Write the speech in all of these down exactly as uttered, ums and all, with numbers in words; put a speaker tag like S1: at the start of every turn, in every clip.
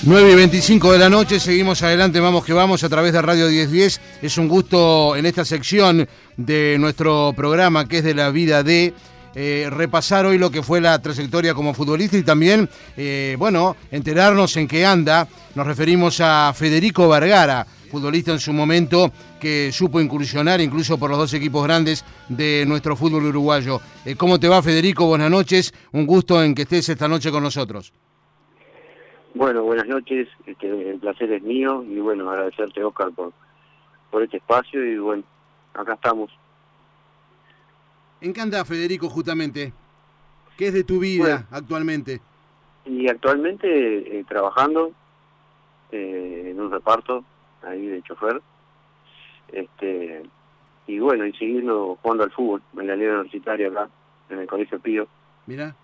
S1: nueve y veinticinco de la noche, seguimos adelante, vamos que vamos a través de Radio diez diez. Es un gusto en esta sección de nuestro programa que es de la vida de eh, repasar hoy lo que fue la trayectoria como futbolista y también, eh, bueno, enterarnos en qué anda. Nos referimos a Federico Vergara, futbolista en su momento que supo incursionar incluso por los dos equipos grandes de nuestro fútbol uruguayo. Eh, ¿Cómo te va, Federico? Buenas noches, un gusto en que estés esta noche con nosotros.
S2: Bueno, buenas noches, este, el placer es mío y bueno, agradecerte, Oscar, por, por este espacio y bueno, acá estamos.
S1: ¿En qué andás, Federico, justamente? ¿Qué es de tu vida
S2: Bueno,
S1: actualmente?
S2: y actualmente eh, trabajando eh, en un reparto ahí de chofer, este y bueno, y siguiendo jugando al fútbol en la liga universitaria acá, en el Colegio Pío.
S1: Mirá.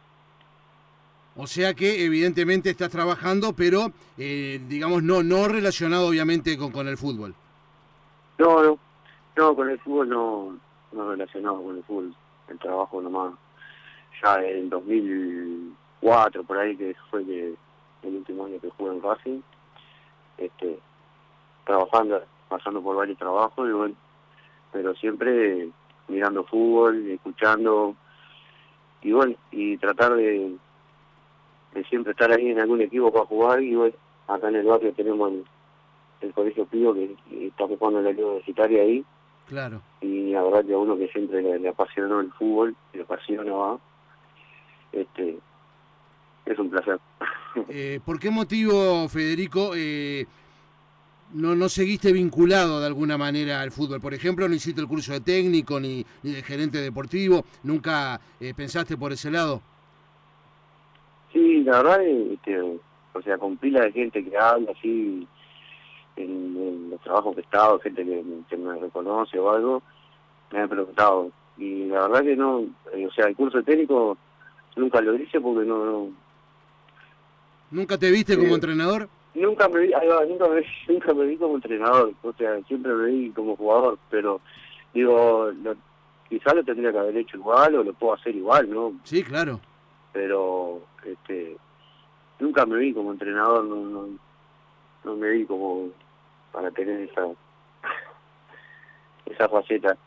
S1: O sea que evidentemente estás trabajando, pero eh, digamos no no relacionado obviamente con, con el fútbol.
S2: No, no, no, con el fútbol no, no relacionado con el fútbol, el trabajo nomás. Ya en dos mil cuatro, por ahí, que fue que el último año que jugué en Racing, este, trabajando, pasando por varios trabajos, y bueno, pero siempre mirando fútbol, escuchando, y bueno, y tratar de, de siempre estar ahí en algún equipo para jugar, y bueno, acá en el barrio tenemos el, el Colegio Pío, que, que está jugando en la liga universitaria ahí,
S1: Claro.
S2: y la verdad que a uno que siempre le, le apasionó el fútbol, le apasiona, va, este, es un placer.
S1: Eh, ¿Por qué motivo, Federico, eh, no, no seguiste vinculado de alguna manera al fútbol? Por ejemplo, no hiciste el curso de técnico ni, ni de gerente deportivo. ¿Nunca eh, pensaste por ese lado?
S2: Sí, la verdad, este, o sea, con pila de gente que habla así en, en los trabajos que he estado, gente que, que me reconoce o algo, me han preguntado. Y la verdad que no, eh, o sea, el curso de técnico nunca lo hice porque no, no
S1: ¿Nunca te viste como
S2: eh,
S1: entrenador?
S2: nunca me vi, ahí va, nunca me, nunca me vi como entrenador, o sea, siempre me vi como jugador, pero digo, lo, quizás lo tendría que haber hecho igual o lo puedo hacer igual, ¿no?
S1: Sí, claro.
S2: Pero este nunca me vi como entrenador, no, no, no me vi como para tener esa esa faceta.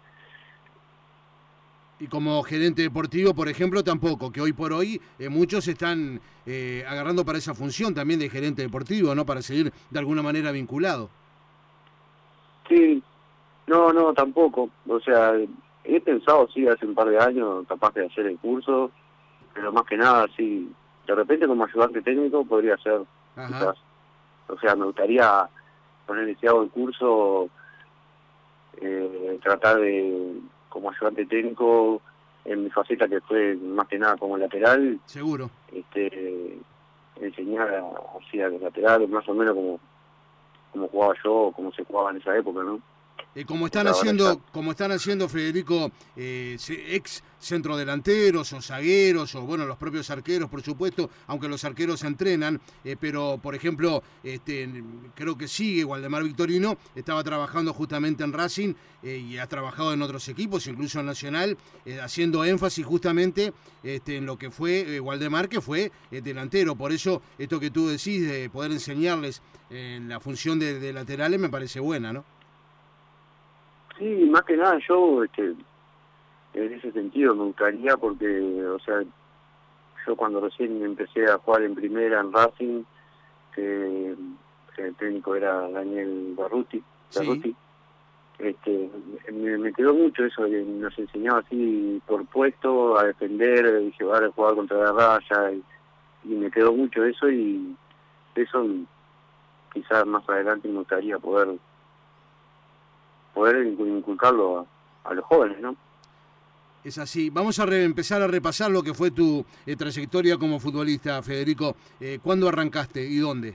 S1: Y como gerente deportivo, por ejemplo, tampoco, que hoy por hoy eh, muchos están eh, agarrando para esa función también de gerente deportivo, ¿no? Para seguir de alguna manera vinculado.
S2: Sí, no, no, tampoco. O sea, he pensado, sí, hace un par de años, capaz de hacer el curso, pero más que nada, sí, de repente como ayudante técnico podría ser,
S1: Ajá.
S2: quizás. O sea, me gustaría poner si hago el curso, eh, tratar de, como ayudante técnico, en mi faceta que fue más que nada como lateral,
S1: Seguro.
S2: este enseñar a, así a los laterales, más o menos como, como jugaba yo, como se jugaba en esa época, ¿no?
S1: Eh, como están
S2: Porque ahora
S1: haciendo,
S2: ya...
S1: como están haciendo, Federico, eh, ex centrodelanteros o zagueros o bueno, los propios arqueros, por supuesto, aunque los arqueros se entrenan, eh, pero por ejemplo, este, creo que sigue Waldemar Victorino, estaba trabajando justamente en Racing eh, y ha trabajado en otros equipos, incluso en Nacional, eh, haciendo énfasis justamente este, en lo que fue eh, Waldemar, que fue eh, delantero. Por eso, esto que tú decís de poder enseñarles en eh, la función de, de laterales me parece buena, ¿no?
S2: Sí, más que nada yo, este, en ese sentido me gustaría porque, o sea, yo cuando recién empecé a jugar en primera en Racing, que, que el técnico era Daniel Barruti, Barruti,
S1: Sí.
S2: este, me, me quedó mucho eso, que nos enseñaba así por puesto, a defender, y llevar a jugar contra la raya, y, y me quedó mucho eso, y eso quizás más adelante me gustaría poder poder inculcarlo a, a los jóvenes, ¿no?
S1: Es así. Vamos a re empezar a repasar lo que fue tu eh, trayectoria como futbolista, Federico. Eh, ¿Cuándo arrancaste y dónde?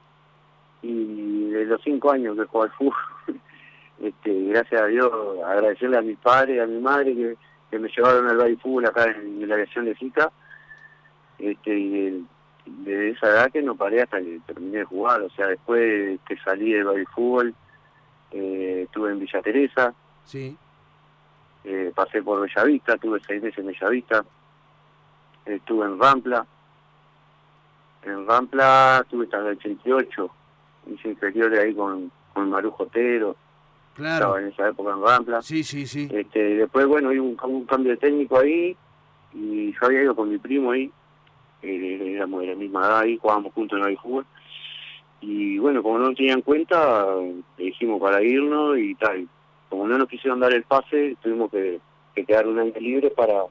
S2: Y de los cinco años que juego al fútbol, este, gracias a Dios, agradecerle a mis padres y a mi madre que, que me llevaron al baile fútbol acá en, en la aviación de Sica, este, y de, de esa edad que no paré hasta que terminé de jugar. O sea, después que salí del baile fútbol, eh, estuve en Villa Teresa,
S1: Sí.
S2: eh, pasé por Bellavista, tuve seis meses en Bellavista, estuve en Rampla, En Rampla estuve hasta el ochenta y ocho, hice inferiores ahí con, con Marujo Otero.
S1: Claro.
S2: Estaba en esa época en Rampla.
S1: Sí, sí, sí.
S2: Este, después, bueno, hubo un, un cambio de técnico ahí, y yo había ido con mi primo ahí, eh, éramos de la misma edad ahí, jugábamos juntos en el fútbol. Y bueno, como no nos tenían cuenta, le dijimos para irnos y tal. Como no nos quisieron dar el pase, tuvimos que, que quedar un año libre para...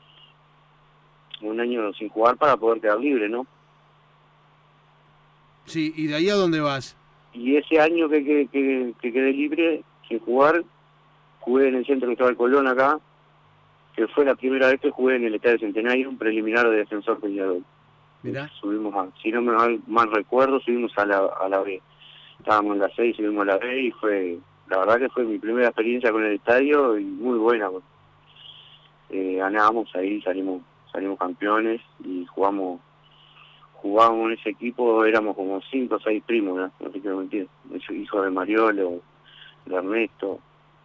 S2: un año sin jugar para poder quedar libre, ¿no?
S1: Sí, ¿y de ahí a dónde vas?
S2: Y ese año que, que, que, que quedé libre, sin jugar, jugué en el Centro Cristóbal Colón acá, que fue la primera vez que jugué en el Estadio Centenario, un preliminar de Defensor Peñarol.
S1: Mirá.
S2: Subimos a, si no me mal, mal recuerdo, subimos a la, a la B. Estábamos en la C y subimos a la B y fue, la verdad que fue mi primera experiencia con el estadio y muy buena. Eh, ganábamos ahí, salimos salimos campeones y jugamos jugábamos en ese equipo, éramos como cinco o seis primos, ¿no? No te quiero mentir, hijo de Mariolo, de Ernesto.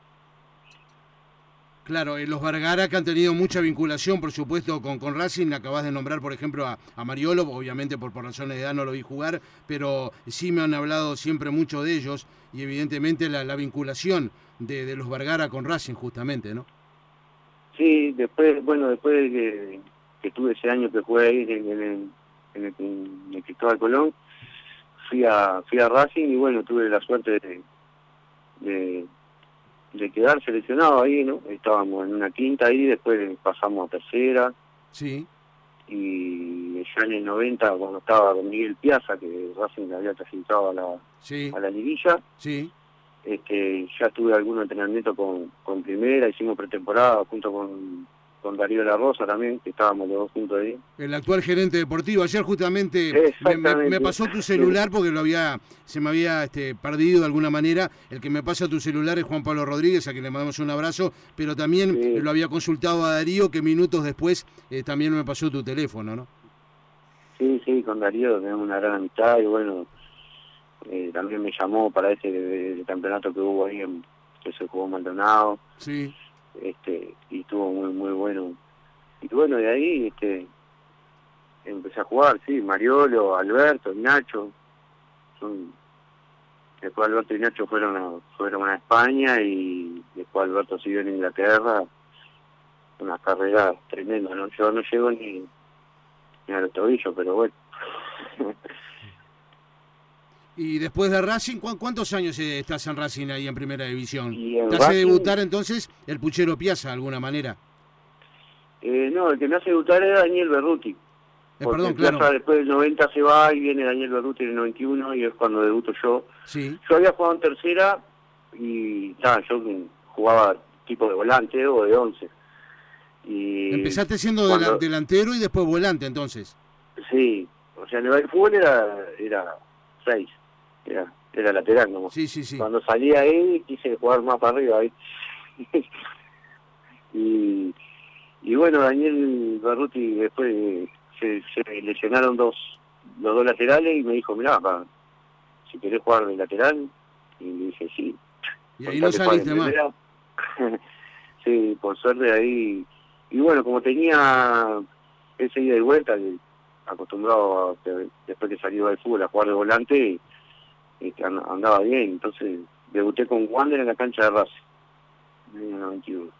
S1: Claro, eh, los Vergara que han tenido mucha vinculación, por supuesto, con, con Racing. Acabas de nombrar, por ejemplo, a, a Mariolo, obviamente por, por razones de edad no lo vi jugar, pero sí me han hablado siempre mucho de ellos y evidentemente la, la vinculación de, de los Vergara con Racing, justamente, ¿no?
S2: Sí, después, bueno, después de que, que tuve ese año que jugué ahí en, en, en, en, el, en el Cristóbal Colón, fui a, fui a Racing y bueno, tuve la suerte de... de de quedar seleccionado ahí, ¿no? Estábamos en una quinta ahí, después pasamos a tercera.
S1: Sí.
S2: Y ya en el noventa, cuando estaba con Miguel Piazza, que Racing le había clasificado a la,
S1: sí.
S2: a la liguilla,
S1: sí.
S2: este, ya tuve algún entrenamiento con, con primera, hicimos pretemporada junto con, con Darío La Rosa también, que estábamos los dos juntos ahí.
S1: El actual gerente deportivo. Ayer justamente me, me, me pasó tu celular porque lo había se me había este, perdido de alguna manera. El que me pasa tu celular es Juan Pablo Rodríguez, a quien le mandamos un abrazo, pero también
S2: Sí.
S1: lo había consultado a Darío, que minutos después eh, también me pasó tu teléfono, ¿no?
S2: Sí, sí, con Darío tenemos una gran amistad y bueno, eh, también me llamó para ese de, de campeonato que hubo ahí, en, que se jugó en Maldonado.
S1: Sí.
S2: Este, y estuvo muy, muy bueno. Y bueno, de ahí este, empecé a jugar, sí, Mariolo, Alberto, Nacho. Son, después Alberto y Nacho fueron a, fueron a España y después Alberto siguió en Inglaterra. Una carrera tremenda, ¿no? Yo no llego ni, ni a los tobillos, pero bueno.
S1: Y después de Racing, ¿cu ¿cuántos años estás en Racing ahí en Primera División?
S2: Y en
S1: ¿Te hace
S2: Racing,
S1: debutar entonces el Puchero Piazza de alguna manera?
S2: Eh, no, el que me hace debutar era Daniel Berruti.
S1: Eh, perdón,
S2: Piazza
S1: claro.
S2: después del noventa se va y viene Daniel Berruti en el noventa y uno y es cuando debuto yo.
S1: Sí.
S2: Yo había jugado en tercera y nada, yo jugaba tipo de volante o de once. Y
S1: empezaste siendo
S2: cuando,
S1: delantero y después volante entonces.
S2: Sí, o sea, en el fútbol era era seis, era, era lateral nomás.
S1: Sí, sí, sí.
S2: Cuando salí ahí quise jugar más para arriba ahí. y, y bueno, Daniel Berruti después se, se lesionaron dos, los dos laterales y me dijo, mirá, pa, si querés jugar de lateral, y le dije sí.
S1: Y ahí no saliste más.
S2: Sí, por suerte ahí. Y bueno, como tenía ese ida y vuelta, acostumbrado a, después que salió del fútbol a jugar de volante, este, andaba bien. Entonces debuté con Wander en la cancha de Racing en el noventa y uno.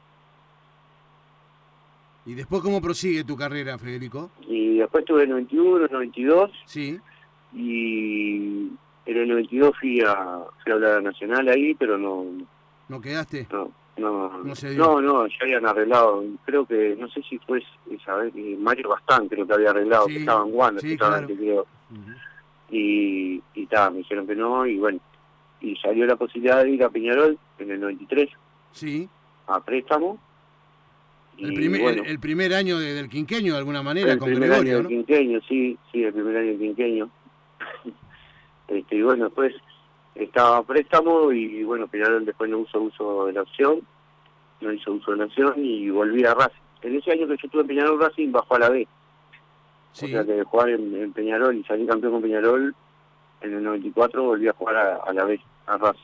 S1: ¿Y después cómo prosigue tu carrera, Federico?
S2: Y después tuve el noventa y uno, el noventa y dos.
S1: Sí.
S2: Y en el noventa y dos fui a, fui a hablar a Nacional ahí, pero no...
S1: ¿No quedaste?
S2: No. No,
S1: no, se dio.
S2: no, no, ya habían arreglado, creo que, no sé si fue esa vez, Mario Bastán creo que había arreglado,
S1: sí,
S2: que estaba en Wander,
S1: sí,
S2: que estaba
S1: claro.
S2: en creo. Uh-huh. Y, y ta, me dijeron que no, y bueno, y salió la posibilidad de ir a Peñarol en el noventa y tres,
S1: sí,
S2: a préstamo.
S1: El primer, bueno, el, el primer año de, del quinqueño, de alguna manera,
S2: el
S1: con
S2: primer
S1: Gregorio,
S2: año
S1: ¿no?
S2: del quinqueño, sí, sí, el primer año del quinqueño. este, y bueno, después estaba a préstamo y bueno, Peñarol después no usó uso de la opción. No hizo uso de la opción y volví a Racing. En ese año que yo estuve en Peñarol, Racing bajó a la B. Sí. O sea que de jugar en, en Peñarol y salir campeón con Peñarol, en el noventa y cuatro volví a jugar a, a la B, a Racing.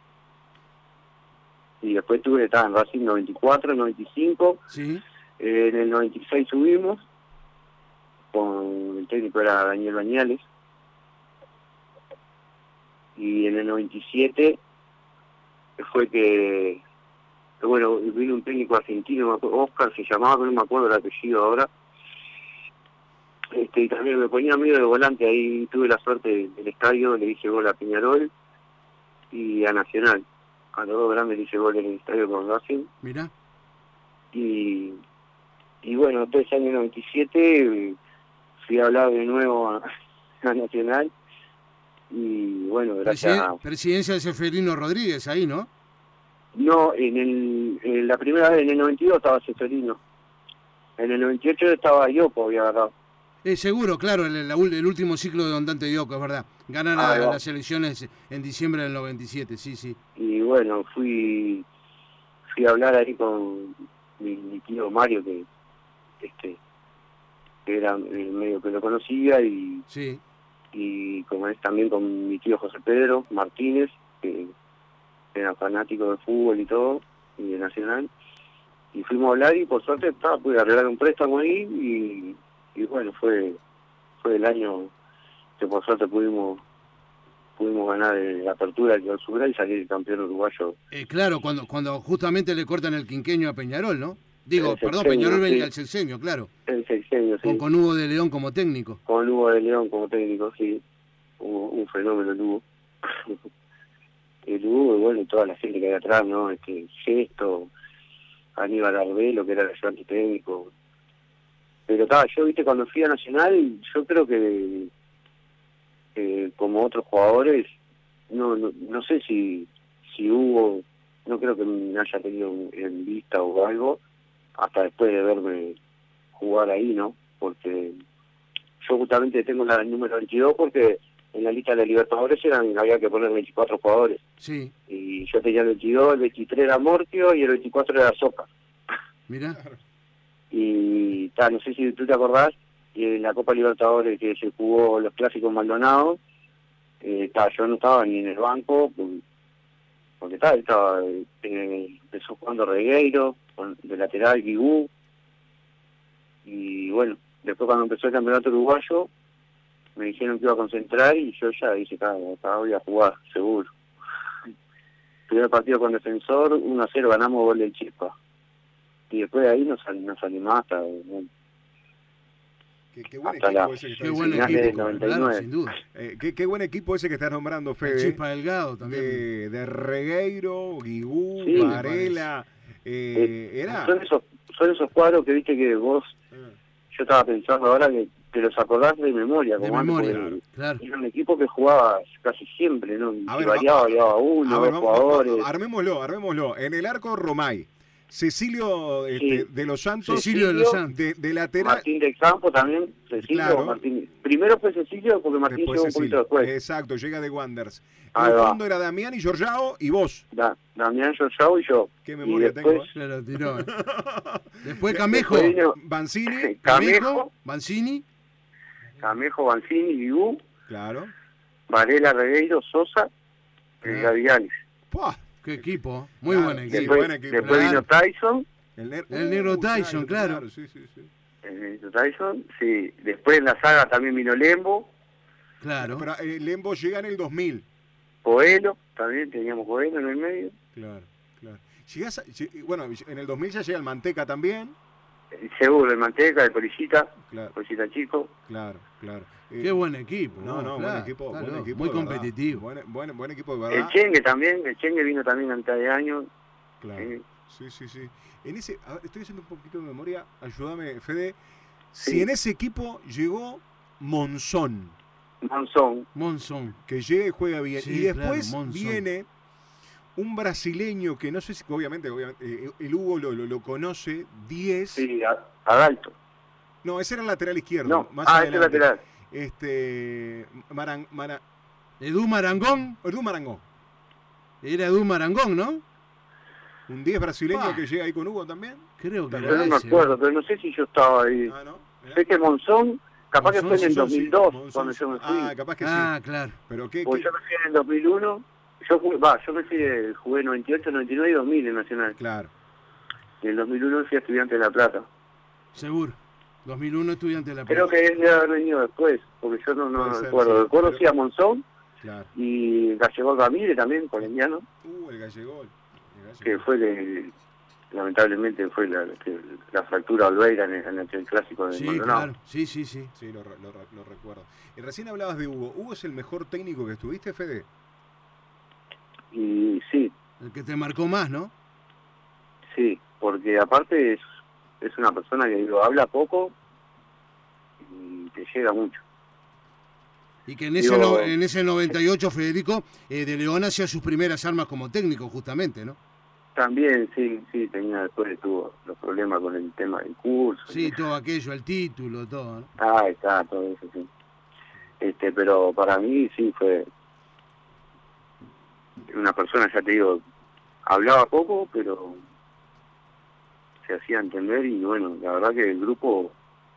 S2: Y después tuve, estaba en Racing noventa y cuatro, noventa y cinco.
S1: Sí.
S2: Eh, en el noventa y seis subimos. con el técnico era Daniel Bañales. Y en el noventa y siete fue que, que bueno, vino un técnico argentino, me acuerdo, Oscar se llamaba, pero no me acuerdo el apellido ahora. Este, y también me ponía medio de volante, ahí tuve la suerte del estadio, le hice gol a Peñarol y a Nacional. A los dos grandes le hice gol en el estadio con Racing.
S1: Mirá.
S2: Y, y bueno, después ese año noventa y siete fui a hablar de nuevo a, a Nacional. Y bueno, gracias
S1: Presiden-
S2: a...
S1: Presidencia de Seferino Rodríguez, ahí, ¿no?
S2: No, en, el, en la primera vez, en el noventa y dos estaba Seferino. En el noventa y ocho estaba Iopo, había agarrado.
S1: Eh, seguro, claro, el, el, el último ciclo de Don Dante Dioco, es verdad. Ganan
S2: Ah,
S1: a,
S2: va.
S1: las elecciones en diciembre del noventa y siete, sí, sí.
S2: Y bueno, fui fui a hablar ahí con mi, mi tío Mario, que este que era el medio que lo conocía, y,
S1: Sí.
S2: y como es también con mi tío José Pedro Martínez, que era fanático de fútbol y todo, y de Nacional. Y fuimos a hablar y por suerte estaba, pude arreglar un préstamo ahí y, y bueno, fue fue el año que por suerte pudimos pudimos ganar la apertura del clausura y salir campeón uruguayo.
S1: Eh, claro, cuando cuando justamente le cortan el quinqueño a Peñarol, ¿no? Digo,
S2: El
S1: perdón,
S2: sexenio,
S1: Peñarol venía
S2: sí.
S1: al sexenio, claro.
S2: El sexenio, sí.
S1: Con, con Hugo de León como técnico.
S2: Con Lugo de León como técnico, sí. Un, un fenómeno Lugo. El Lugo, y bueno, y toda la gente que hay atrás, ¿no? Este, Gesto, Aníbal Arbelo, que era el ayudante técnico. Pero estaba, yo, viste, cuando fui a Nacional, yo creo que, que como otros jugadores, no, no no sé si si hubo, no creo que me haya tenido en vista o algo, hasta después de verme jugar ahí, ¿no? Porque yo justamente tengo la el número veintidós porque en la lista de los Libertadores eran, había que poner veinticuatro jugadores.
S1: Sí,
S2: Y yo tenía el veintidós, el veintitrés era Mortio y el veinticuatro era Soca.
S1: mirá.
S2: Y ta, no sé si tú te acordás, y en la Copa Libertadores que se jugó los clásicos Maldonados, eh, ta, yo no estaba ni en el banco, porque, porque ta, estaba, eh, empezó jugando Regueiro, con, de lateral Guigú, y bueno, después cuando empezó el campeonato uruguayo, me dijeron que iba a concentrar y yo ya dije, acá voy a jugar, seguro. Primer partido con Defensor, uno a cero ganamos, gol del Chispa. Y después de ahí nos, nos animamos hasta, bueno,
S3: Qué, qué buen
S2: hasta
S3: equipo
S2: la-
S3: ese que
S1: Qué
S3: estás
S1: buen
S3: diciendo.
S2: finales del
S1: equipo,
S2: noventa y
S1: claro,
S2: nueve.
S1: sin duda.
S3: Eh, qué, qué buen equipo ese que estás nombrando,
S1: El
S3: Fede.
S1: Chispa Delgado también.
S3: De, de Regueiro, Guigú,
S2: Sí, me
S3: Varela. Eh,
S2: Eh,
S3: era.
S2: son esos son esos cuadros que viste que vos,
S3: Ah,
S2: yo estaba pensando ahora que te los acordás de memoria,
S1: De
S2: como antes,
S1: memoria,
S2: porque
S1: claro.
S2: era un equipo que jugaba casi siempre, ¿no?
S3: A
S2: Si
S3: ver,
S2: variaba,
S3: va-
S2: variaba uno,
S3: a ver,
S2: dos
S3: vamos- vamos-
S2: jugadores.
S3: armémoslo, armémoslo. En el arco, Romay. Cecilio este,
S2: Sí.
S3: de los Santos.
S1: Cecilio de los Santos.
S3: De, de lateral.
S2: Martín del Campo también, Cecilio,
S3: Claro.
S2: Martín. Primero fue Cecilio porque Martín
S3: Después
S2: llegó un poquito
S3: Cecilio.
S2: después.
S3: Exacto, llega de Wanderers. En
S2: Ahí
S3: el
S2: va.
S3: fondo era Damián y Giorgiao y vos.
S2: Da, Damián, Giorgiao y yo.
S3: Qué
S2: Y
S3: memoria
S2: después,
S3: tengo. ¿eh?
S1: Se lo tiró. Después Camejo.
S2: después vino
S3: Banzini,
S2: Camejo,
S1: Mancini.
S2: Camejo, Banzini, Guigú,
S3: claro.
S2: Varela, Regueiro, Sosa y
S1: Ah.
S2: Gavianes.
S3: Puah,
S1: Qué equipo. Muy
S3: Claro,
S1: buen
S3: sí,
S1: equipo.
S2: Después,
S3: buen equipo.
S2: después
S1: Claro.
S2: vino Tyson.
S3: el, ner-
S1: El negro
S3: Uh,
S1: Tyson, claro.
S3: Sí, sí, sí.
S2: El negrito Tyson, sí. Después en la saga también vino Lembo,
S1: Claro.
S3: Pero eh, Lembo llega en el dos mil.
S2: Coelho, también teníamos Coelho en el medio.
S3: Claro, claro. Llegás a- lle- bueno, en el dos mil ya llega el Manteca también.
S2: El Seguro, el Manteca, el Policita,
S3: Claro,
S2: Policita Chico.
S3: claro, claro. Eh,
S1: Qué buen equipo.
S3: No, no,
S1: claro,
S3: buen equipo,
S1: claro,
S3: buen equipo.
S1: Muy
S3: de verdad.
S1: competitivo.
S3: Buen, buen, buen equipo de
S2: El
S3: verdad.
S2: Chengue también, el Chengue vino también a mitad de año.
S3: Claro.
S2: eh,
S3: Sí, sí, sí. En ese, a ver, estoy haciendo un poquito de memoria. Ayúdame, Fede. Si
S2: Sí.
S3: en ese equipo llegó Monzón,
S2: Monzón,
S1: Monzón.
S3: que llega y juega bien.
S1: Sí,
S3: y después
S1: claro, Monzón.
S3: viene un brasileño que no sé si, obviamente, obviamente eh, el Hugo lo, lo, lo conoce, diez.
S2: sí, a- Adalto.
S3: No, ese era el lateral izquierdo.
S2: No,
S3: más
S2: ah, ese
S3: adelante.
S2: lateral.
S3: Este. Maran, Mara,
S1: Edu Marangón.
S3: Edu Marangón.
S1: Era Edu Marangón, ¿no?
S3: Un diez brasileño
S1: Pa.
S3: que llega ahí con Hugo también.
S1: Creo que
S2: Yo
S1: era
S2: no me
S1: ese.
S2: acuerdo, pero no sé si yo estaba ahí.
S3: Ah, ¿no? Mirá.
S2: Sé que Monzón, capaz que
S1: Monzón,
S2: fue en el
S3: Monzón,
S2: dos mil
S3: sí,
S2: dos,
S3: Monzón,
S2: cuando
S3: sí.
S2: yo me fui.
S3: Ah, capaz que
S1: Ah,
S3: sí.
S1: claro.
S3: Pero qué,
S2: Porque
S3: qué-
S2: yo me fui en el dos mil uno, yo jugué, va, yo me fui, de- jugué noventa y ocho, noventa y nueve y dos mil en Nacional.
S3: Claro.
S2: Y en el dos mil uno fui a Estudiante de La Plata.
S1: Seguro. dos mil uno Estudiante de la
S2: Creo
S1: Plata.
S2: que es de haber venido después, porque yo no, no
S3: Puede ser,
S2: recuerdo.
S3: sí,
S2: Recuerdo
S3: pero-
S2: sí a Monzón
S3: Claro.
S2: y Gallego Ramírez también, colombiano,
S3: Uh, el gallegol. El gallegol.
S2: que fue que lamentablemente fue la, que, la fractura Olveira en el, en el clásico de
S1: Sí,
S2: Maldonado.
S1: claro. Sí, sí, sí.
S3: Sí, lo, re- lo, re- lo recuerdo. Y recién hablabas de Hugo. ¿Hugo es el mejor técnico que estuviste, Fede?
S2: Y sí,
S1: El que te marcó más, ¿no?
S2: sí, porque aparte es, es una persona que digo, habla poco y te llega mucho.
S1: Y que en ese,
S2: Digo-
S1: no- en ese noventa y ocho, Federico, eh, De León hacía sus primeras armas como técnico, justamente, ¿no?
S2: También, sí, sí, tenía después tuvo los problemas con el tema del curso.
S1: Sí, todo aquello, el título, todo, ¿no?
S2: Ah, está, todo eso, sí. Este, pero para mí sí fue una persona, ya te digo, hablaba poco, pero se hacía entender y bueno, la verdad que el grupo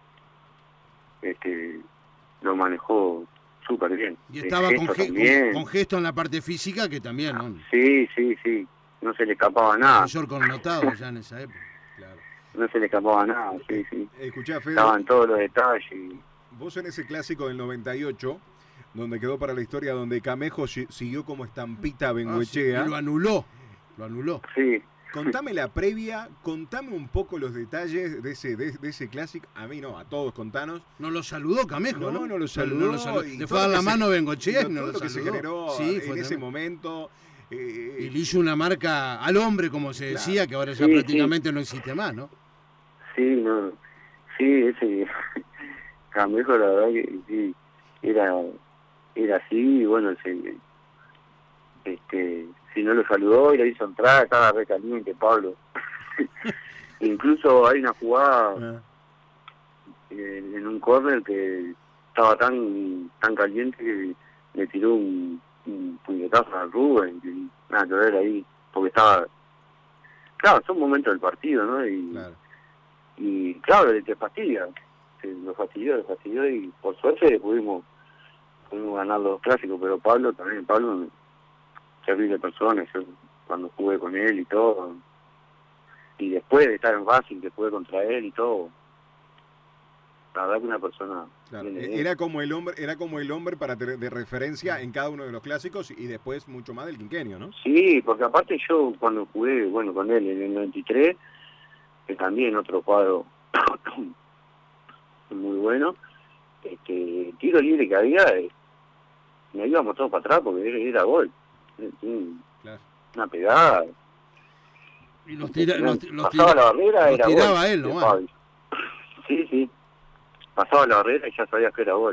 S2: este lo manejó súper bien.
S1: Y
S2: El
S1: estaba con,
S2: gesto
S1: ge-
S2: también.
S1: con, con gesto en la parte física, que también, ¿no?
S2: Sí, sí, sí, no se le escapaba nada,
S1: Profesor connotado ya en esa época.
S3: Claro.
S2: no se le escapaba nada, sí, sí.
S3: Eh, escuchá, Fede,
S2: Estaban todos los detalles.
S3: vos en ese clásico del noventa y ocho, donde quedó para la historia, donde Camejo si- siguió como estampita a
S1: Ah, sí,
S3: Bengoechea,
S1: y lo anuló, lo anuló.
S2: Sí,
S3: contame la previa, contame un poco los detalles de ese, de, de ese clásico. A mí no, a todos contanos.
S1: No lo saludó Camejo, ¿no?
S3: No, no lo
S1: No
S3: saludó.
S1: lo saludó.
S3: y
S1: Le
S3: todo
S1: fue a dar
S3: lo
S1: la
S3: que se-
S1: mano a Bengochea y
S3: todo
S1: no lo
S3: lo que se
S1: saludó.
S3: generó
S1: Sí,
S3: en
S1: fue
S3: ese
S1: tremendo.
S3: momento. eh,
S1: Y le hizo una marca al hombre, como se
S3: Claro.
S1: decía, que ahora ya
S2: Sí,
S1: prácticamente no existe más, ¿no?
S2: sí, no, sí, ese Camejo la verdad que sí, era, era así, y bueno, se, este, si no lo saludó y le hizo entrar, estaba re caliente Pablo. Incluso hay una jugada
S3: ah,
S2: eh, en un córner que estaba tan tan caliente que le tiró un, un puñetazo a Rubén, y nada que ver ahí, porque estaba, claro, son momentos del partido, ¿no? Y
S3: claro.
S2: y claro, te fastidia, se lo fastidió, lo fastidió y por suerte pudimos, pudimos ganar los clásicos, pero Pablo también, Pablo, terrible persona, yo cuando jugué con él y todo, y después de estar en Racing, que jugué contra él y todo, la verdad que una persona
S3: Claro,
S2: bien de
S3: e-
S2: bien.
S3: era como el hombre, era como el hombre para tener de referencia en cada uno de los clásicos y después mucho más del quinquenio, ¿no?
S2: Sí, porque aparte yo cuando jugué, bueno, con él en el noventa y tres, que también otro cuadro muy bueno, este tiro libre que había, eh, me íbamos todos para atrás porque era, era gol. Eh, un-
S3: Claro.
S2: Una pegada.
S1: Y los, tira, los, los
S2: Pasaba
S1: tira-
S2: la barrera,
S1: los
S2: era
S1: tiraba
S2: gol.
S1: él
S2: de
S1: nomás.
S2: Fabi. Sí, sí. Pasaba la barrera y ya sabías que era gol.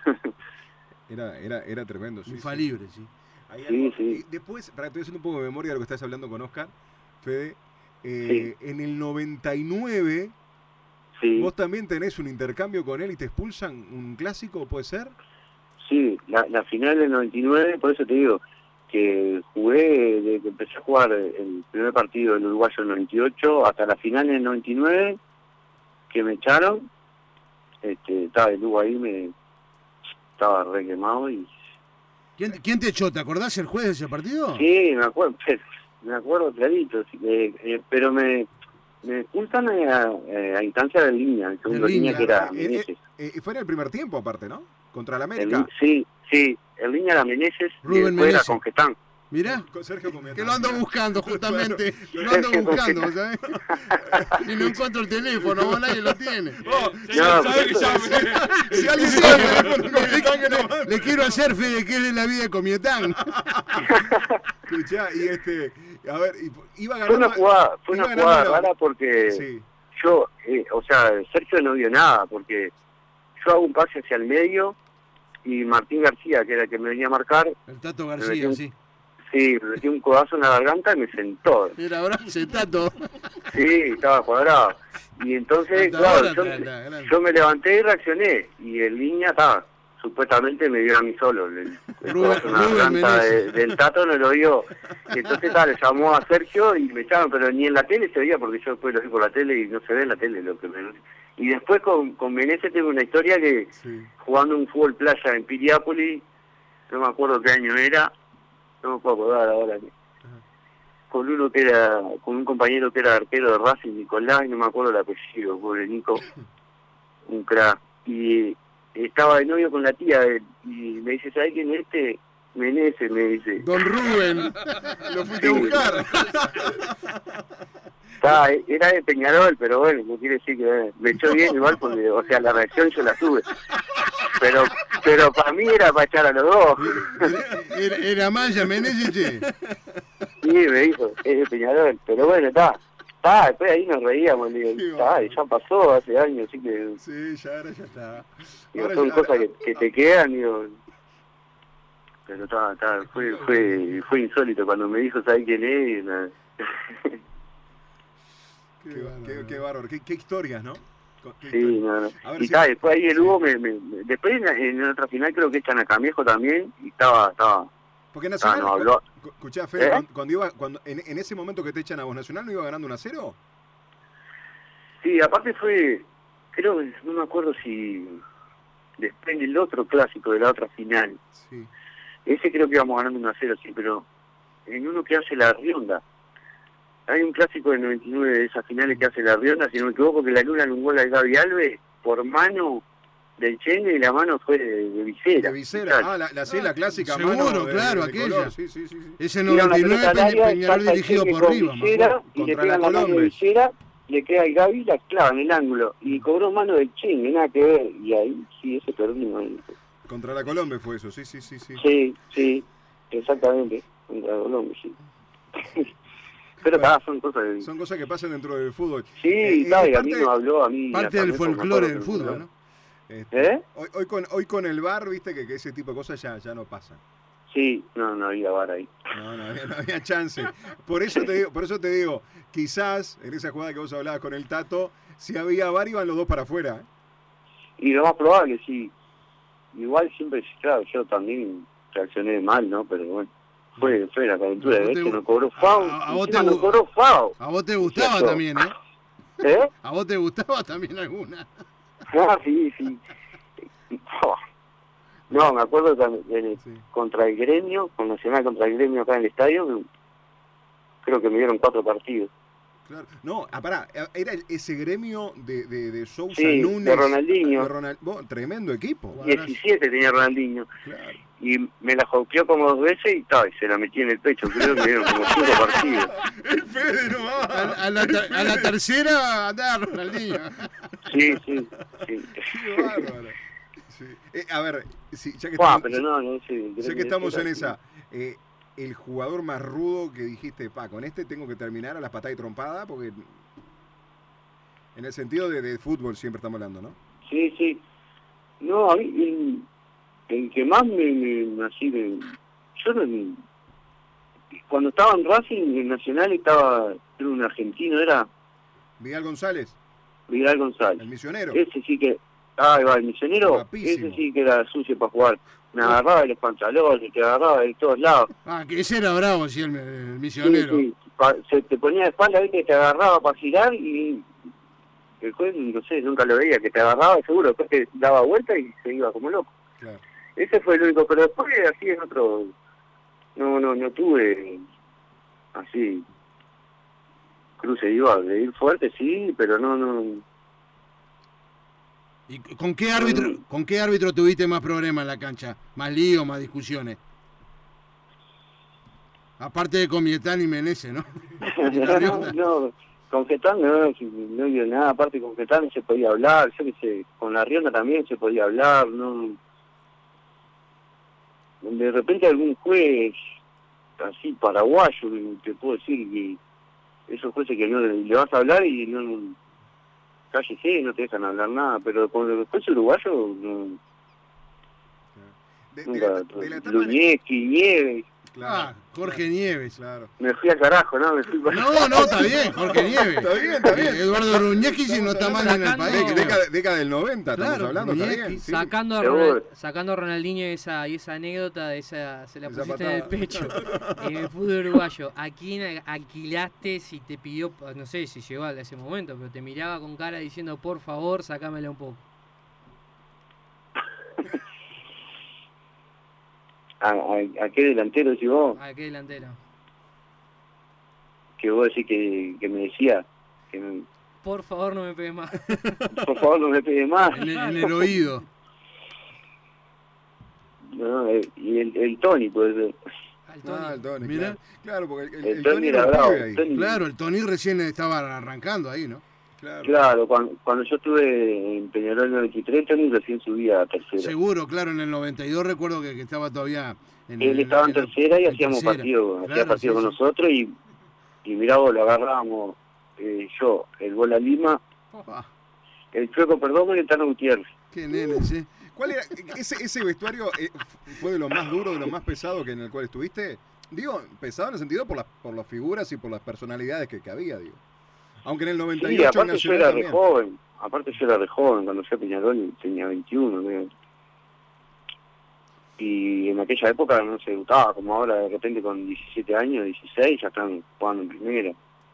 S3: Era, era, era tremendo, sí. sí.
S1: infalible, sí.
S3: Hay
S2: Sí,
S3: algo-
S2: sí.
S3: y después, para estoy haciendo un poco de memoria de lo que estás hablando con Oscar, Fede, eh, en el noventa y nueve,
S2: Sí,
S3: vos también tenés un intercambio con él y te expulsan un clásico, ¿puede ser?
S2: sí, la, la final del noventa y nueve, por eso te digo que jugué, desde que empecé a jugar el primer partido del uruguayo en el noventa y ocho hasta la final en el noventa y nueve, que me echaron, este, estaba el Lugo ahí, me estaba re quemado y
S1: ¿Quién, ¿Quién te echó? ¿Te acordás el juez de ese partido?
S2: sí, me acuerdo, me acuerdo clarito, sí, eh, eh, pero me, me expulsan a, a instancia de línea, el segundo
S1: De
S2: línea,
S1: línea.
S2: que era
S3: Eh,
S2: Meneses.
S3: eh, eh, fue en el primer tiempo aparte, ¿no? Contra la
S2: El
S3: América.
S2: li- sí, sí, el línea era Meneses y
S1: Rubén
S2: después era
S1: Meneses.
S2: con Getán.
S1: Mirá,
S3: Con Sergio Comienza.
S1: que lo ando buscando justamente.
S3: Claro.
S1: Lo ando buscando, ¿sabes? Y no encuentro el teléfono, vos nadie lo tiene.
S3: Oh,
S2: No,
S3: ¿sabe que
S2: pero-
S3: llame? Si alguien
S1: Sí,
S3: sabe,
S1: le,
S3: teléfono con Comietán que no mande.
S1: le quiero hacer fe de que es de la vida de Comietán.
S3: Escuchá, y este, a ver, y- iba
S2: Fue
S3: ganando.
S2: una jugada, fue
S3: iba
S2: una
S3: ganando
S2: jugada
S3: la-
S2: rara porque
S3: Sí,
S2: yo, eh, o sea, Sergio no vio nada, porque yo hago un pase hacia el medio y Martín García, que era el que me venía a marcar,
S1: El Tato García, sí.
S2: sí, me metió un codazo en la garganta y me sentó.
S1: Era bravo, Tato.
S2: Sí, estaba cuadrado. Y entonces,
S1: Hasta
S2: claro,
S1: ahora
S2: yo,
S1: está- está grande.
S2: yo me levanté y reaccioné, y el línea estaba, supuestamente me vio a mí solo, el, el
S1: Rubén-
S2: codazo en la
S1: Rubén
S2: garganta de-
S1: Meneses.
S2: del Tato no lo vio. Y entonces tal, le llamó a Sergio y me echaron, pero ni en la tele se veía, porque yo después lo vi por la tele y no se ve en la tele lo que me... Y después con, con Meneses tengo una historia que,
S3: sí.
S2: jugando un fútbol playa en Piriápolis, no me acuerdo qué año era, no me puedo acordar ahora, con uno que era, con un compañero que era arquero de Racing, Nicolás, y no me acuerdo el apellido, pobre Nico. un crack. Y estaba de novio con la tía de él, y me dice, ¿sabes quién es este? Meneses, me dice.
S1: Don Rubén.
S3: Lo fuiste a buscar.
S2: Estaba, era de Peñarol, pero bueno, no quiere decir que me echó bien igual, porque, o sea, la reacción yo la tuve. Pero pero para mí era para echar a los dos.
S1: Era, era Maya Meneses, che.
S2: Sí, me dijo, es de Peñarol, pero bueno, está. Está, después ahí nos reíamos, digo, está, ya pasó hace años, así que...
S3: Sí, ya ahora ya está.
S2: Digo,
S3: Ahora
S2: son
S3: ya,
S2: cosas
S3: ahora,
S2: que, que te quedan, digo... Pero está, está, fue, fue, fue insólito cuando me dijo, ¿sabes quién es? Nada.
S3: Qué, qué, qué bárbaro, qué, qué historias, ¿no? Qué
S2: Sí,
S3: historias.
S2: no, no.
S3: A ver
S2: Y
S3: si-
S2: está, después ahí el
S3: sí.
S2: Hugo me, me, me- después en, en otra final creo que echan a Camejo también, y estaba, estaba,
S3: Porque
S2: ah,
S3: Nacional,
S2: no habló.
S3: cu- escuchá, Fede,
S2: ¿Eh?
S3: cuando, cuando iba, cuando, en, en ese momento que te echan a vos, ¿Nacional no iba ganando uno a cero?
S2: Sí, aparte fue, creo que, no me acuerdo si después del otro clásico de la otra final,
S3: Sí.
S2: ese creo que íbamos ganando uno a cero, sí, pero en uno que hace la Rionda. Hay un clásico del noventa y nueve de esas finales que hace la Rionda, si no me equivoco, que la Luna un gol al Gaby Alves por mano del Chengue y la mano fue de, de Visera.
S3: De Visera, ah, la, la, sí, la clásica
S1: Seguro,
S3: mano de,
S1: claro,
S3: de
S1: aquella.
S3: color. Sí, sí, sí, sí.
S1: Ese
S2: Tira una
S1: noventa y nueve
S2: pelota al
S1: Peñ-
S2: área,
S1: Peñarol
S2: salta el
S1: dirigido
S2: Chengue
S1: por
S2: con
S1: Riva, me
S2: Visera,
S1: acuerdo.
S2: y le
S3: Contra
S2: pega
S3: la
S2: la mano de
S3: Colombes.
S2: Visera, le queda el Gaby y la clava en el ángulo. Y cobró mano del Chengue, nada que ver. Y ahí sí, ese perdimos. ahí.
S3: Contra la Colombia fue eso, sí, sí, sí, sí.
S2: Sí, sí, exactamente. Contra Colombia, sí. Pero
S3: Bueno,
S2: acá son cosas de...
S3: Son cosas que pasan dentro del fútbol.
S2: Sí,
S3: Eh,
S2: sabe,
S3: eh,
S2: a mí
S3: parte-
S2: nos habló, a mí...
S1: Parte
S2: a
S1: del
S2: Camejo, me
S1: folclore
S2: acuerdo
S1: del
S2: que me
S1: fútbol,
S2: habló.
S1: ¿no?
S3: este,
S2: ¿Eh?
S3: hoy, hoy con hoy con el V A R, viste que, que ese tipo de cosas ya, ya no pasan.
S2: Sí, no, no había bar ahí.
S3: No, no había, no había chance. Por eso te digo, por eso te digo, quizás en esa jugada que vos hablabas con el Tato, si había V A R iban los dos para afuera. ¿eh?
S2: Y lo más probable, sí. Igual siempre, claro, yo también reaccioné mal, ¿no? Pero bueno, fue, fue la calentura
S1: A
S2: de
S1: vos
S2: ver
S1: te
S2: que
S1: gu-
S2: no cobró
S1: a-
S2: FAO.
S1: a- a vos
S2: Encima
S1: te
S2: no
S1: gu-
S2: cobró FAO.
S1: A vos te gustaba
S2: Cierto.
S1: también, ¿eh?
S2: ¿Eh?
S1: A vos te gustaba también alguna.
S2: Ah, sí, sí. No, me acuerdo que en el-
S3: Sí.
S2: contra el Gremio, con Nacional contra el Gremio acá en el estadio, me- creo que me dieron cuatro partidos.
S3: Claro. No, ah, pará, era el- ese gremio de, de, de Sousa
S2: Sí,
S3: Núñez.
S2: de Ronaldinho.
S3: de Ronald- vos, tremendo equipo.
S2: diecisiete tenía Ronaldinho.
S3: Claro.
S2: Y me la joqueó como dos veces y, ta, y se la metí en el pecho. Creo que me dieron como cinco partidos.
S3: El Fede nomás.
S1: A, a la, ter- a la tercera andaba Ronaldinho.
S2: Sí, sí, sí.
S3: Qué bárbaro. Sí. Eh, a ver, sí, ya que
S2: Buah,
S3: estamos,
S2: pero no, no sé.
S3: ya que estamos en esa, eh, el jugador más rudo que dijiste, pa, con este tengo que terminar a las patadas y trompada, porque en el sentido de, de fútbol siempre estamos hablando, ¿no?
S2: Sí, sí. No, a mí, el, el que más me, me así de... Yo no... Cuando estaba en Racing, en Nacional, estaba, era un argentino, era
S3: Vidal González,
S2: Vidal González.
S3: el misionero.
S2: Ese sí que... Ah, va, el misionero,
S3: Guapísimo.
S2: ese sí que era sucio para jugar. Me agarraba de los pantalones, te agarraba de todos lados.
S1: Ah, que ese era bravo, sí, el, el
S2: Sí,
S1: misionero.
S2: sí. Pa- se te ponía de espalda, viste, te agarraba para girar y el juez, no sé, nunca lo veía, que te agarraba seguro, después te daba vuelta y se iba como loco.
S3: Claro.
S2: Ese fue el único, pero después así en otro, no, no, no tuve así cruce, iba de ir fuerte, sí, pero no, no.
S1: ¿Y con qué árbitro, con qué árbitro tuviste más problemas en la cancha? ¿Más lío, más discusiones? Aparte de con Mietán y Meneses, ¿no? Y la
S2: no,
S1: Rionda.
S2: no, con Getán no, si no había nada, aparte con Getán no se podía hablar, yo qué sé, con la Rionda también se podía hablar, no. De repente algún juez así paraguayo, te puedo decir que esos jueces que no le vas a hablar y no, no cállese, no te dejan hablar nada, pero con los jueces uruguayos no,
S3: De, de
S2: nunca,
S3: la, de la etapa de-
S2: Luñeski, Nieves,
S3: Claro,
S1: Ah, Jorge Nieves.
S3: claro.
S2: me fui al carajo, ¿no? Me fui para...
S1: No, no, está bien, Jorge Nieves.
S3: Está bien, está bien.
S1: Eduardo Ruñeski si no está mal en el
S4: Sacando-
S1: país.
S3: De- década, década del noventa
S1: Claro,
S3: estamos hablando, está
S1: Muñequi,
S3: bien. sí.
S4: Sacando, a
S2: Seguro.
S4: Ronald- sacando a Ronaldinho esa, y esa anécdota, de esa, se la
S3: Esa
S4: pusiste en el
S3: patada.
S4: pecho. En el fútbol uruguayo, ¿a quién alquilaste si te pidió, no sé si llegó a ese momento, pero te miraba con cara diciendo, por favor, sacámela un poco?
S2: ¿A, a, a qué delantero decís vos?
S4: ¿A qué delantero?
S2: Que vos decís que, que me decía, que me-
S4: por favor no me pegues más.
S2: Por favor, no me pegues más.
S1: En, el- en el oído.
S2: No, eh, y el, el Tony, pues. eh,
S4: Al Tony.
S3: Ah, el Tony,
S1: Mira.
S3: claro. Claro, porque el, el-
S2: El
S3: el
S2: Tony
S3: Tony
S2: era
S3: era un
S2: bravo.
S3: pibe ahí.
S2: el Tony-
S1: Claro, el Tony recién estaba arrancando ahí, ¿no?
S3: Claro.
S2: Claro, cuando, cuando yo estuve en Peñarol en el noventa y tres, Tony recién subía a tercera.
S1: Seguro, claro, en el noventa y dos recuerdo que, que estaba todavía en
S2: Él
S1: en-
S2: estaba en
S1: en la-
S2: tercera y
S1: en
S2: hacíamos
S1: tercera.
S2: partido, hacía
S1: Claro,
S2: partido
S1: sí,
S2: con
S1: sí.
S2: nosotros y, y mirá vos, lo agarrábamos eh, yo, el Bola Lima,
S1: Ah,
S2: el Chueco Perdomo y el Tano Gutiérrez.
S1: qué nene, sí.
S3: ¿Cuál era? Ese, ese vestuario eh, fue de lo más duro, de lo más pesado que en el cual estuviste. Digo, pesado en el sentido por las, por las figuras y por las personalidades que, que había, digo. Aunque en el noventa y
S2: Sí,
S3: ocho en
S2: aparte yo
S3: Nacional
S2: era re
S3: también.
S2: joven, aparte yo era re joven, cuando fui a Peñarol tenía veintiuno, creo. Y en aquella época no se debutaba, como ahora de repente con diecisiete años, dieciséis, ya están jugando en primera.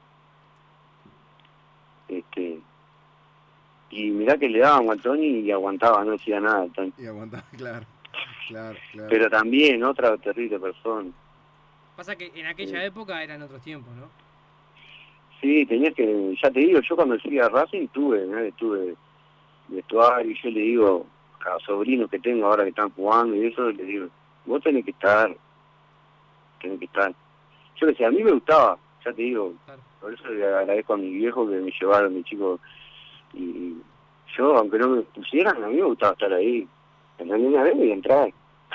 S2: Este, y mirá que le daban al Tony y aguantaba, no decía nada el Tony.
S3: Y aguantaba, claro. Claro, claro.
S2: Pero también otra terrible persona.
S4: Pasa que en aquella
S2: Sí.
S4: época eran otros tiempos, ¿no?
S2: Sí, tenías que, ya te digo, yo cuando fui a Racing tuve, ¿no? tuve vestuario y yo le digo a los sobrinos que tengo ahora que están jugando y eso, les digo, vos tenés que estar, tenés que estar. Yo que sé, a mí me gustaba, ya te digo,
S4: Claro.
S2: por eso le agradezco a mi viejo que me llevaron, mi chico, y yo, aunque no me pusieran, a mí me gustaba estar ahí. En la línea B voy a entrar.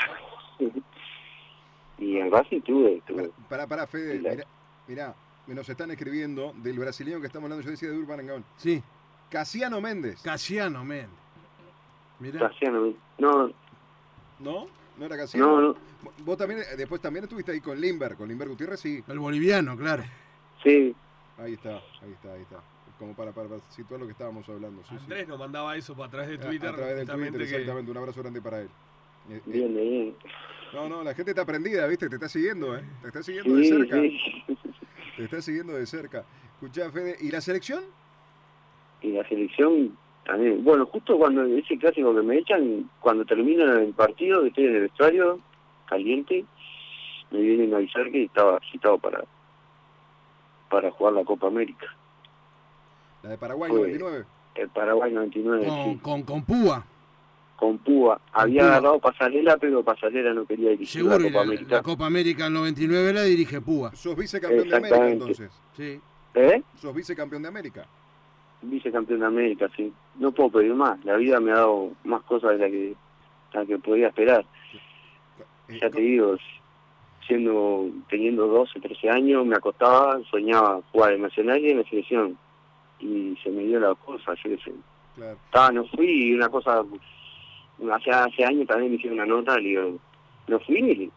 S2: Y en Racing tuve, tuve.
S3: Pará, pará, Fede,
S2: Sí, la-
S3: mirá, mirá, nos están escribiendo del brasileño que estamos hablando, yo decía de Urban Angón.
S1: Sí,
S3: Casiano Méndez.
S1: Casiano Méndez. Mirá.
S2: Casiano, no,
S3: ¿No? ¿No era Casiano?
S2: no, no,
S3: Vos también, eh, después también estuviste ahí con Limber, con Limber Gutiérrez, sí.
S1: El boliviano, claro.
S2: sí.
S3: Ahí está, ahí está, ahí está. Como para, para, para situar lo que estábamos hablando. Sí, sí.
S5: Andrés nos mandaba eso para través de
S3: A-
S5: Twitter.
S3: A, través del
S5: justamente
S3: Twitter,
S5: que-
S3: exactamente. Un abrazo grande para él. Eh, eh,
S2: Bien, bien.
S3: No, no, la gente está prendida, ¿viste? Te está siguiendo, ¿eh? Te está siguiendo de
S2: Sí,
S3: cerca.
S2: sí.
S3: Te está siguiendo de cerca. Escuchá, Fede, ¿y la selección?
S2: Y la selección también. Bueno, justo cuando ese clásico que me echan, cuando termina el partido, que estoy en el vestuario, caliente, me vienen a avisar que estaba citado para para jugar la Copa América.
S3: La de Paraguay,
S2: Fue-
S3: noventa y nueve.
S2: El Paraguay noventa y nueve,
S1: Con,
S2: sí,
S1: con, con Púa.
S2: con Púa. Había
S1: Púa.
S2: agarrado Pasarela, pero Pasarela no quería dirigir
S1: Seguro,
S2: la
S1: y
S2: Copa
S1: la,
S2: América.
S1: la Copa América del noventa y nueve la dirige Púa.
S3: Sos vicecampeón de América,
S2: Exactamente.
S3: entonces.
S1: Sí.
S2: ¿Eh?
S3: Sos vicecampeón de América.
S2: Vicecampeón de América, sí. No puedo pedir más. La vida me ha dado más cosas de las que, de las que podía esperar.
S3: Eh,
S2: Ya te digo, siendo teniendo doce, trece años, me acostaba, soñaba jugar en Nacional y en la selección. Y se me dio la cosa, yo qué sé.
S3: Claro.
S2: Estaba, no fui, y una cosa, hace, hace años también me hicieron una nota, le digo, no fui ni,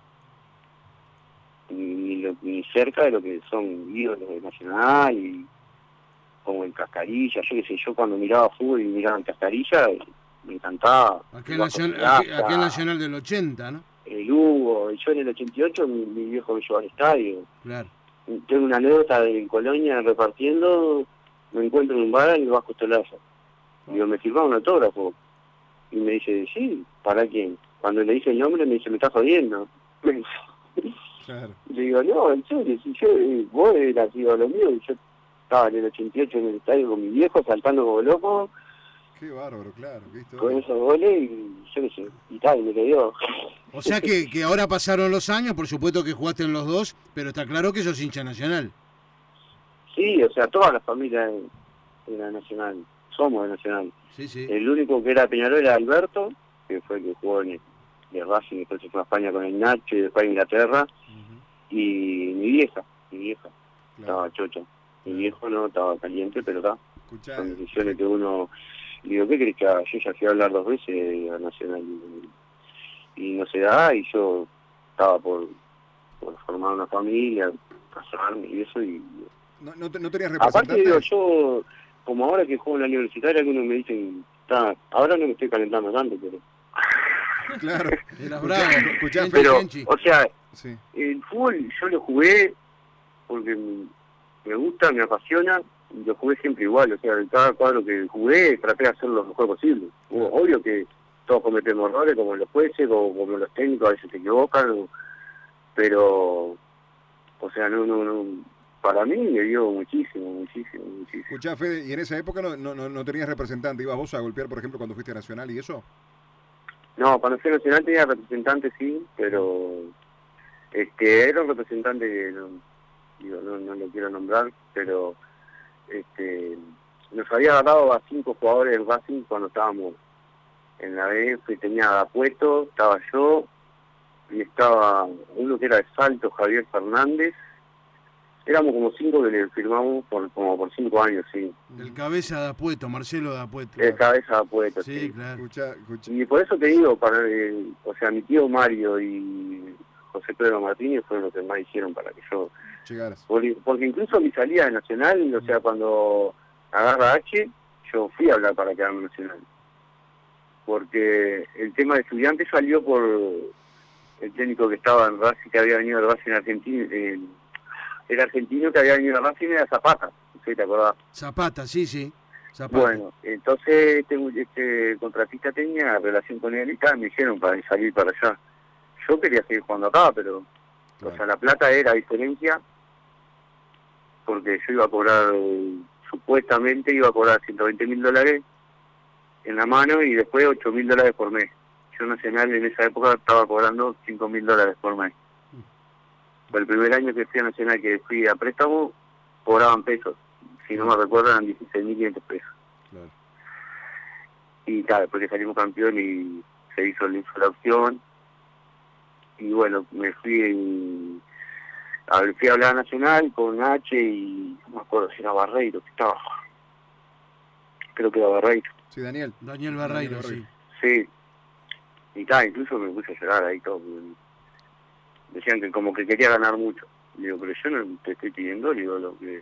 S2: ni, lo- ni cerca de lo que son ídolos de Nacional, y como en Cascarilla, yo qué sé, yo cuando miraba fútbol y miraba en Cascarilla, me encantaba.
S1: Aquel,
S2: el Vasco
S1: nacion-
S2: Plaza,
S1: aquel- aquel nacional del ochenta, ¿no?
S2: el Hugo, y yo en el ochenta y ocho mi, mi viejo me llevó al estadio.
S1: Claro.
S2: Tengo una anécdota de en Colonia repartiendo, me encuentro en un bar y el Vasco Estolaza. Digo, me firmaba un autógrafo. Y me dice, sí, ¿para quién? Cuando le dice el nombre me dice, me estás jodiendo.
S3: Claro.
S2: Le digo, no, en serio, si yo, eh, vos eras tío lo mío, y yo estaba en el ochenta y ocho en el estadio con mi viejo, saltando como loco,
S3: Qué bárbaro, claro. Qué historia.
S2: con esos goles, y yo qué sé, y tal, y me quedó.
S1: O sea que, que ahora pasaron los años, por supuesto que jugaste en los dos, pero está claro que sos hincha nacional.
S2: Sí, o sea, toda la familia era Nacional, somos de Nacional.
S1: Sí, sí.
S2: El único que era Peñarol era Alberto, que fue el que jugó en el, de Racing, después se fue a España con el Nacho y después a Inglaterra,
S3: Ujú,
S2: y mi vieja, mi vieja,
S3: claro.
S2: estaba chocha. Mi viejo no estaba caliente, pero está.
S3: Escuchá,
S2: Son decisiones que uno... Digo, ¿qué crees que haga? Yo ya fui a hablar dos veces a Nacional y, y no se da, y yo estaba por, por formar una familia, casarme y eso, y...
S3: no, no, te- no tenías
S2: Aparte,
S3: representante.
S2: digo, yo, como ahora que juego en la universitaria, algunos me dicen, está, ahora no me estoy calentando tanto, pero...
S3: Claro.
S1: Eras bravo.
S3: Escuchá,
S1: Genchi,
S2: Pero,
S1: Genchi.
S2: o sea,
S3: Sí.
S2: el fútbol yo lo jugué porque m- me gusta, me apasiona, y lo jugué siempre igual, o sea, en cada cuadro que jugué traté de hacer lo mejor posible. O- Obvio que todos cometemos errores, como los jueces, o como los técnicos, a veces se equivocan, o- pero, o sea, no, no, no, para mí me dio muchísimo, muchísimo, muchísimo.
S3: Escuchá, Fede, ¿y en esa época no, no, no, no tenías representante? ¿Ibas vos a golpear, por ejemplo, cuando fuiste a Nacional y eso?
S2: No, cuando fui a Nacional tenía representante, sí, pero este era un representante que no, digo, no, no lo quiero nombrar, pero este nos había agarrado a cinco jugadores del Racing cuando estábamos en la B F, tenía Apuesto, estaba yo, y estaba uno que era de Salto, Javier Fernández. Éramos como cinco que le firmamos por como por cinco años, sí.
S1: El cabeza de Apuesto, Marcelo de Apuesto.
S2: El cabeza de Apuesto,
S1: sí. Sí, claro.
S3: Escuchá, escuchá.
S2: Y por eso te digo, para el, o sea, mi tío Mario y José Pedro Martínez fueron los que más hicieron para que yo
S3: llegaras.
S2: Porque, porque incluso mi salida de Nacional, o sea, cuando agarra H, yo fui a hablar para quedarme Nacional. Porque el tema de Estudiantes salió por el técnico que estaba en Racing, que había venido de Racing en Argentina, eh, el argentino que había venido a Racing era Zapata, no sé si te acordás.
S1: Zapata, sí, sí. Zapata.
S2: Bueno, entonces este, este contratista tenía relación con él y tal, me dijeron para salir para allá. Yo quería seguir jugando acá, pero claro. O sea, la plata era diferencia, porque yo iba a cobrar, supuestamente iba a cobrar ciento veinte mil dólares en la mano y después ocho mil dólares por mes. Yo Nacional en esa época estaba cobrando cinco mil dólares por mes. El primer año que fui a Nacional, que fui a préstamo, cobraban pesos. Si no me recuerdo, eran dieciséis mil quinientos pesos. Claro. Y claro, después que salimos campeón y se hizo, hizo la opción. Y bueno, me fui, en, a, fui a hablar Nacional con H y no me acuerdo si era Barreiro, que estaba. Creo que era Barreiro.
S3: Sí, Daniel.
S1: Daniel Barreiro,
S3: Daniel
S1: sí.
S2: Sí. Y tal, incluso me puse a llorar ahí todo. Decían que como que quería ganar mucho. Digo, pero yo no te estoy pidiendo, digo, lo que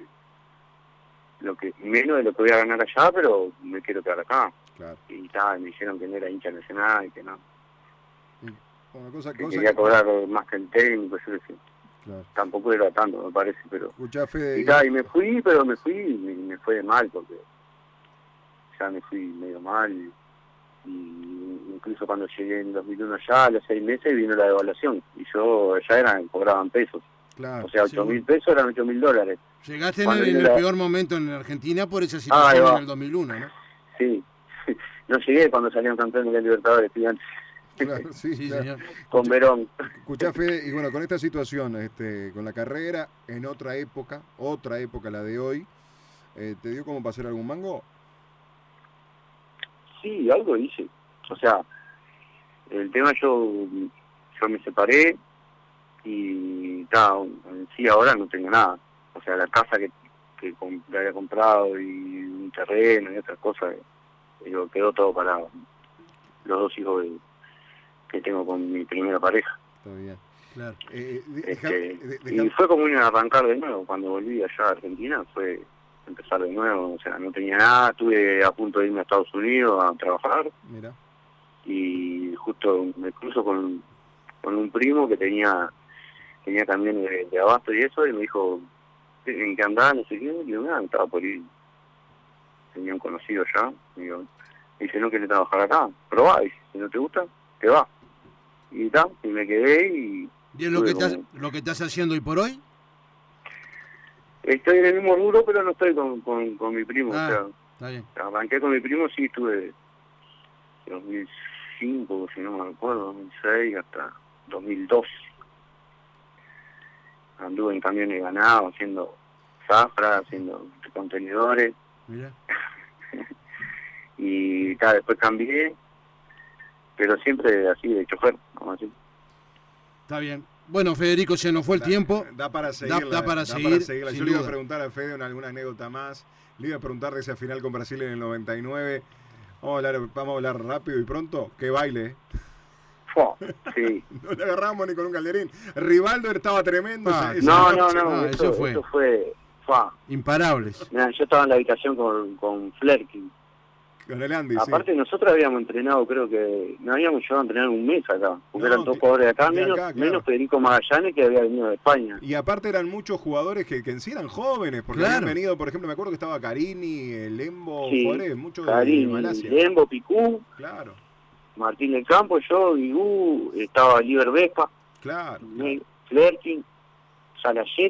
S2: lo que menos de lo que voy a ganar allá, pero me quiero quedar acá.
S3: Claro.
S2: Y tal, me dijeron que no era hincha nacional y que no.
S3: Bueno, cosa,
S2: que
S3: cosa
S2: quería
S3: que...
S2: cobrar más que el técnico, yo decía.
S3: Claro.
S2: Tampoco era tanto, me parece, pero...
S3: Escuchá, Fede,
S2: y tal, y me fui, pero me fui y me, me fue de mal, porque ya me fui medio mal. Y, y incluso cuando llegué en dos mil uno allá, a los seis meses vino la devaluación. Y yo allá eran, cobraban pesos.
S3: Claro,
S2: o sea, ocho mil pesos eran ocho mil dólares.
S1: Llegaste en, el, en el
S2: la...
S1: peor momento en Argentina por esa situación
S2: ah,
S1: en el dos mil uno, ¿no?
S2: Sí, no llegué cuando salieron campeones de la Libertadores, Estudiantes.
S3: Claro, sí,
S1: sí,
S3: claro.
S1: señor.
S2: Con Verón.
S3: Escuchá, Fede, y bueno, con esta situación, este, con la carrera, en otra época, otra época, la de hoy, eh, ¿te dio como para hacer algún mango?
S2: Sí, algo hice. O sea, el tema yo, yo me separé y ta, en sí ahora no tengo nada. O sea, la casa que, que, que había comprado y un terreno y otras cosas, digo, quedó todo para los dos hijos de, que tengo con mi primera pareja.
S3: Está bien. Claro.
S2: Eh, deja, este, deja... Y fue como un arrancar de nuevo. Cuando volví allá a Argentina fue empezar de nuevo. O sea, no tenía nada. Estuve a punto de irme a Estados Unidos a trabajar.
S3: Mira.
S2: Y justo me cruzo con, con un primo que tenía tenía también de, de abasto y eso, y me dijo, ¿en qué andaba? No sé qué. Y yo, nada, estaba por ir. Tenía un conocido ya. Y digo, dice, no querés trabajar acá. Probá. Y si no te gusta, te va. Y tal, y me quedé y...
S1: ¿Y es lo que, estás, como... lo que estás haciendo hoy por hoy?
S2: Estoy en el mismo rubro, pero no estoy con, con, con mi primo.
S1: Ah,
S2: o sea,
S1: está bien.
S2: Arranqué con mi primo, sí, estuve dos mil cinco, si no me acuerdo, dos mil seis hasta dos mil doce. Anduve en camiones ganados, haciendo zafra, haciendo contenedores.
S1: Mira.
S2: Y tal, después cambié, pero siempre así, de chofer, vamos así.
S1: Está bien. Bueno, Federico, se nos fue el
S3: da,
S1: tiempo.
S3: Da para seguirla.
S1: Da, da para
S3: da
S1: seguir.
S3: Para seguirla. Yo
S1: sin
S3: le iba
S1: duda.
S3: a preguntar a Fede alguna anécdota más. Le iba a preguntar de esa final con Brasil en el noventa y nueve. Vamos a hablar, vamos a hablar rápido y pronto. ¡Qué baile!
S2: Oh, sí.
S3: No le agarramos ni con un calderín. Rivaldo estaba tremendo.
S2: Ah,
S3: esa,
S2: no,
S3: esa
S2: no,
S3: noche.
S2: no, no, eso, eso fue. Eso fue
S1: imparables.
S2: Mirá, yo estaba en la habitación con, con Flerkin.
S3: Con el Andy,
S2: aparte
S3: sí.
S2: Nosotros habíamos entrenado, creo que no habíamos llegado a entrenar un mes acá, porque no, eran dos jugadores de acá, de menos, acá claro. menos Federico Magallanes, que había venido de España.
S3: Y aparte eran muchos jugadores que, que en sí eran jóvenes, porque claro. habían venido, por ejemplo, me acuerdo que estaba Carini, el Lembo,
S2: sí,
S3: jugadores, muchos
S2: Carini,
S3: de Malasia.
S2: Lembo, Picú,
S3: claro.
S2: Martín del Campo, yo, Guigú, estaba Liber Vespa,
S3: claro,
S2: claro. Flerkin, Salayeta,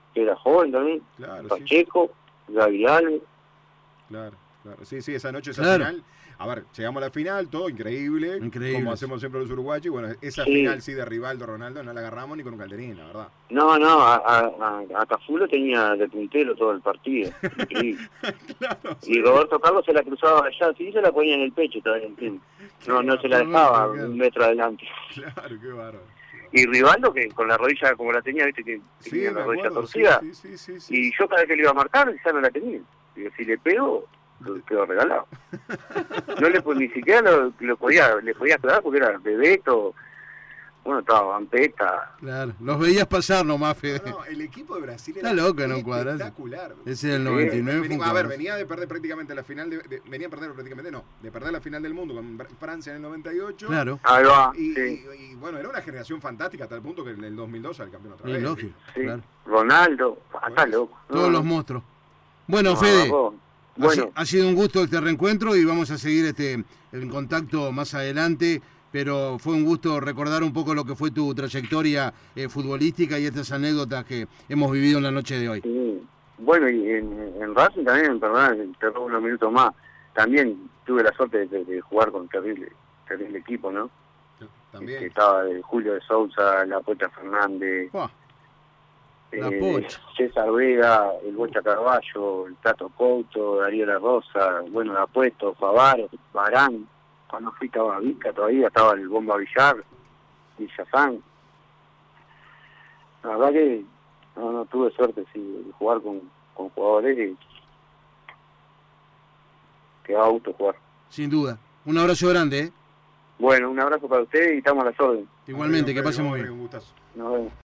S2: que era joven también,
S3: Claro, sí,
S2: Pacheco, Gaby Alves.
S3: claro, claro. Sí, sí, esa noche, esa
S1: Claro.
S3: final. A ver, llegamos a la final, todo increíble.
S1: Increíble.
S3: Como hacemos siempre los uruguayos. Y bueno, esa
S2: Sí.
S3: final sí de Rivaldo, Ronaldo, no la agarramos ni con un Calderín, la verdad.
S2: No, no, a, a, a, a Cafulo tenía de puntero todo el partido. Increíble.
S3: Claro,
S2: Y Roberto Carlos se la cruzaba allá, sí, se la ponía en el pecho todavía encima. No, no se la dejaba
S1: Roberto, claro.
S2: un metro adelante.
S3: claro, qué bárbaro.
S2: Y Rivaldo, que con la rodilla como la tenía, viste que
S3: Sí,
S2: tenía
S3: me
S2: la rodilla
S3: acuerdo, sí,
S2: torcida.
S3: sí, sí, sí, sí,
S2: Y yo cada vez que le iba a marcar, ya no la tenía. Digo, si le pego, lo quedó regalado. No le ni siquiera lo, lo podía, le podía quedar porque era Bebeto, bueno, estaba Vampeta.
S1: Claro, los veías pasar nomás, Fede.
S3: No, no, el equipo de Brasil
S1: Está
S3: era
S1: loco en un cuadrazo.
S3: espectacular.
S1: Ese del
S2: Sí,
S1: noventa y nueve fue
S3: Venía-
S1: un
S3: a ver,
S1: cuadrazo.
S3: venía de perder prácticamente la final, de, de- venía a perder prácticamente, no, de perder la final del mundo con Bra- Francia en el noventa y ocho.
S1: Claro,
S2: Ahí va,
S3: Y,
S2: sí,
S3: y- y, bueno, era una generación fantástica a tal punto que en el dos mil dos al campeón otra
S1: sí,
S3: vez.
S1: lógico,
S2: sí.
S1: claro.
S2: Ronaldo, ah, está loco.
S1: Todos
S2: No,
S1: los monstruos. Bueno,
S2: no,
S1: Fede,
S2: agarró.
S1: ha,
S2: Bueno,
S1: si- ha sido un gusto este reencuentro y vamos a seguir este en contacto más adelante, pero fue un gusto recordar un poco lo que fue tu trayectoria eh, futbolística y estas anécdotas que hemos vivido en la noche de hoy.
S2: sí. Bueno, y en, en Racing también, perdón, te robo unos minutos más, también tuve la suerte de, de jugar con terrible, terrible equipo, ¿no? Que
S3: También.
S2: estaba de Julio de Sousa, La Pocha Fernández,
S1: Buah, La
S2: eh,
S1: Pocha.
S2: César Vega, el Bocha Carballo, el Tato Couto, Darío La Rosa, bueno, Apuesto, Favaro, Barán, cuando fui estaba Vica todavía, estaba el Bomba Villar, Villazán. La verdad que no, no tuve suerte sí, de jugar con, con jugadores que, que va a gusto jugar.
S1: Sin duda. Un abrazo grande, ¿eh?
S2: Bueno, un abrazo para ustedes y estamos a las órdenes.
S1: Igualmente, que
S3: Adiós,
S1: pasemos
S3: Fede,
S1: bien.
S3: un gustazo.
S2: Nos vemos.